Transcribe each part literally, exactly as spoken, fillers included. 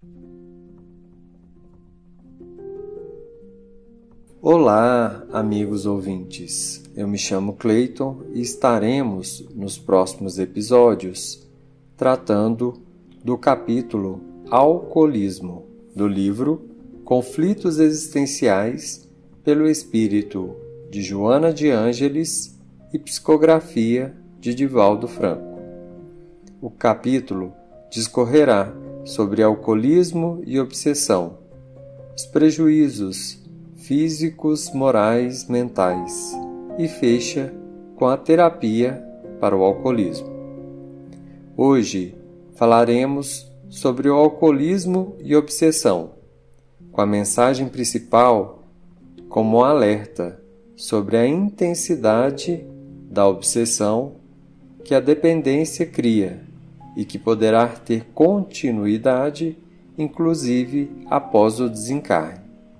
Olá, amigos ouvintes. Eu me chamo Cleiton e estaremos nos próximos episódios tratando do capítulo Alcoolismo do livro Conflitos Existenciais pelo Espírito de Joana de Ângeles e psicografia de Divaldo Franco. O capítulo discorrerá sobre alcoolismo e obsessão, os prejuízos físicos, morais, mentais e fecha com a terapia para o alcoolismo. Hoje falaremos sobre o alcoolismo e obsessão, com a mensagem principal como um alerta sobre a intensidade da obsessão que a dependência cria e que poderá ter continuidade, inclusive após o desencarne.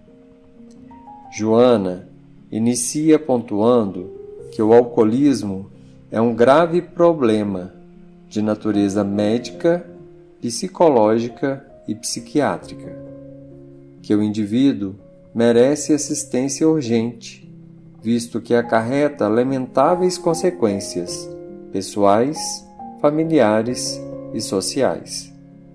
Joana inicia pontuando que o alcoolismo é um grave problema de natureza médica, psicológica e psiquiátrica, que o indivíduo merece assistência urgente, visto que acarreta lamentáveis consequências pessoais, familiares e sociais.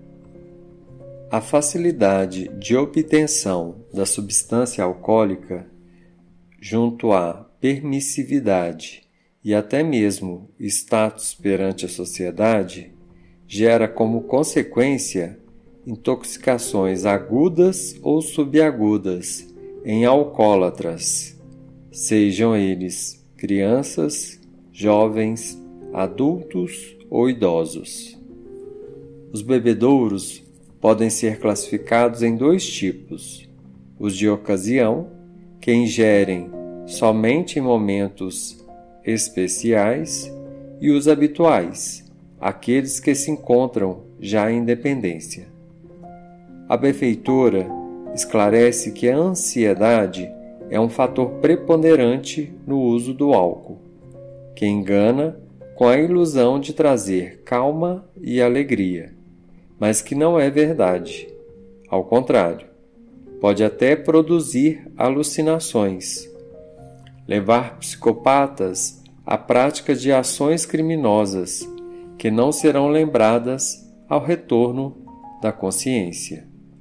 A facilidade de obtenção da substância alcoólica, junto à permissividade e até mesmo status perante a sociedade, gera como consequência intoxicações agudas ou subagudas em alcoólatras, sejam eles crianças, jovens, adultos ou idosos. Os bebedouros podem ser classificados em dois tipos: os de ocasião, que ingerem somente em momentos especiais, e os habituais, aqueles que se encontram já em dependência. A benfeitora esclarece que a ansiedade é um fator preponderante no uso do álcool, que engana com a ilusão de trazer calma e alegria, mas que não é verdade. Ao contrário, pode até produzir alucinações, levar psicopatas à prática de ações criminosas que não serão lembradas ao retorno da consciência.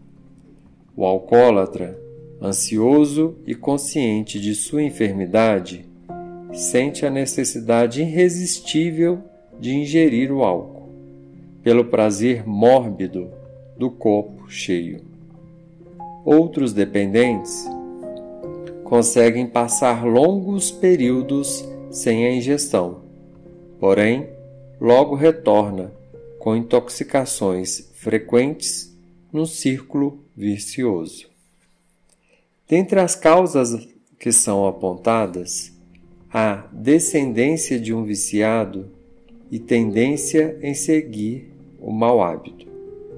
O alcoólatra, ansioso e consciente de sua enfermidade, sente a necessidade irresistível de ingerir o álcool, pelo prazer mórbido do copo cheio. Outros dependentes conseguem passar longos períodos sem a ingestão, porém, logo retorna com intoxicações frequentes num círculo vicioso. Dentre as causas que são apontadas, há descendência de um viciado e tendência em seguir o mau hábito.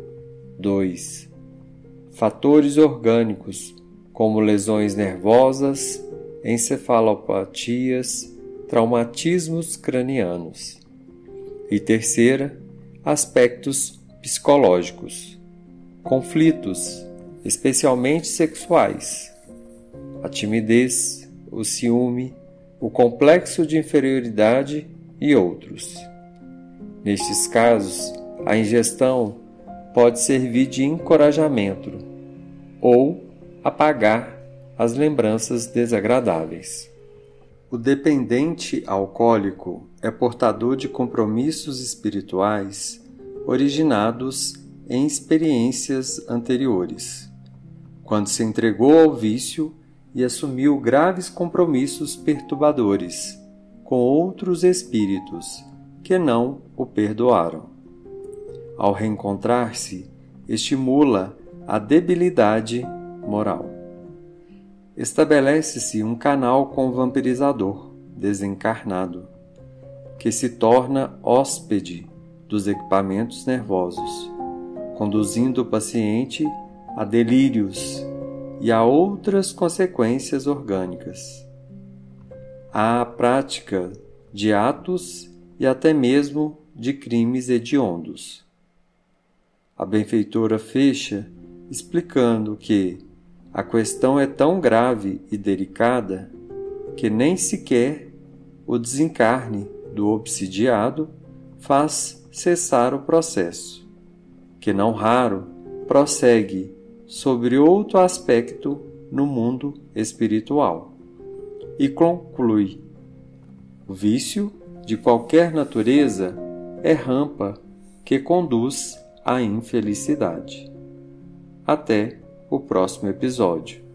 dois. Fatores orgânicos, como lesões nervosas, encefalopatias, traumatismos cranianos. E terceira, aspectos psicológicos, conflitos, especialmente sexuais, a timidez, o ciúme, o complexo de inferioridade e outros. Nestes casos, a ingestão pode servir de encorajamento ou apagar as lembranças desagradáveis. O dependente alcoólico é portador de compromissos espirituais originados em experiências anteriores, quando se entregou ao vício e assumiu graves compromissos perturbadores com outros espíritos que não o perdoaram. Ao reencontrar-se, estimula a debilidade moral. Estabelece-se um canal com o vampirizador desencarnado, que se torna hóspede dos equipamentos nervosos, conduzindo o paciente a delírios e a outras consequências orgânicas. Há a prática de atos e até mesmo de crimes hediondos. A benfeitora fecha explicando que a questão é tão grave e delicada que nem sequer o desencarne do obsidiado faz cessar o processo, que não raro prossegue sobre outro aspecto no mundo espiritual, e conclui: o vício de qualquer natureza é rampa que conduz à infelicidade. Até o próximo episódio.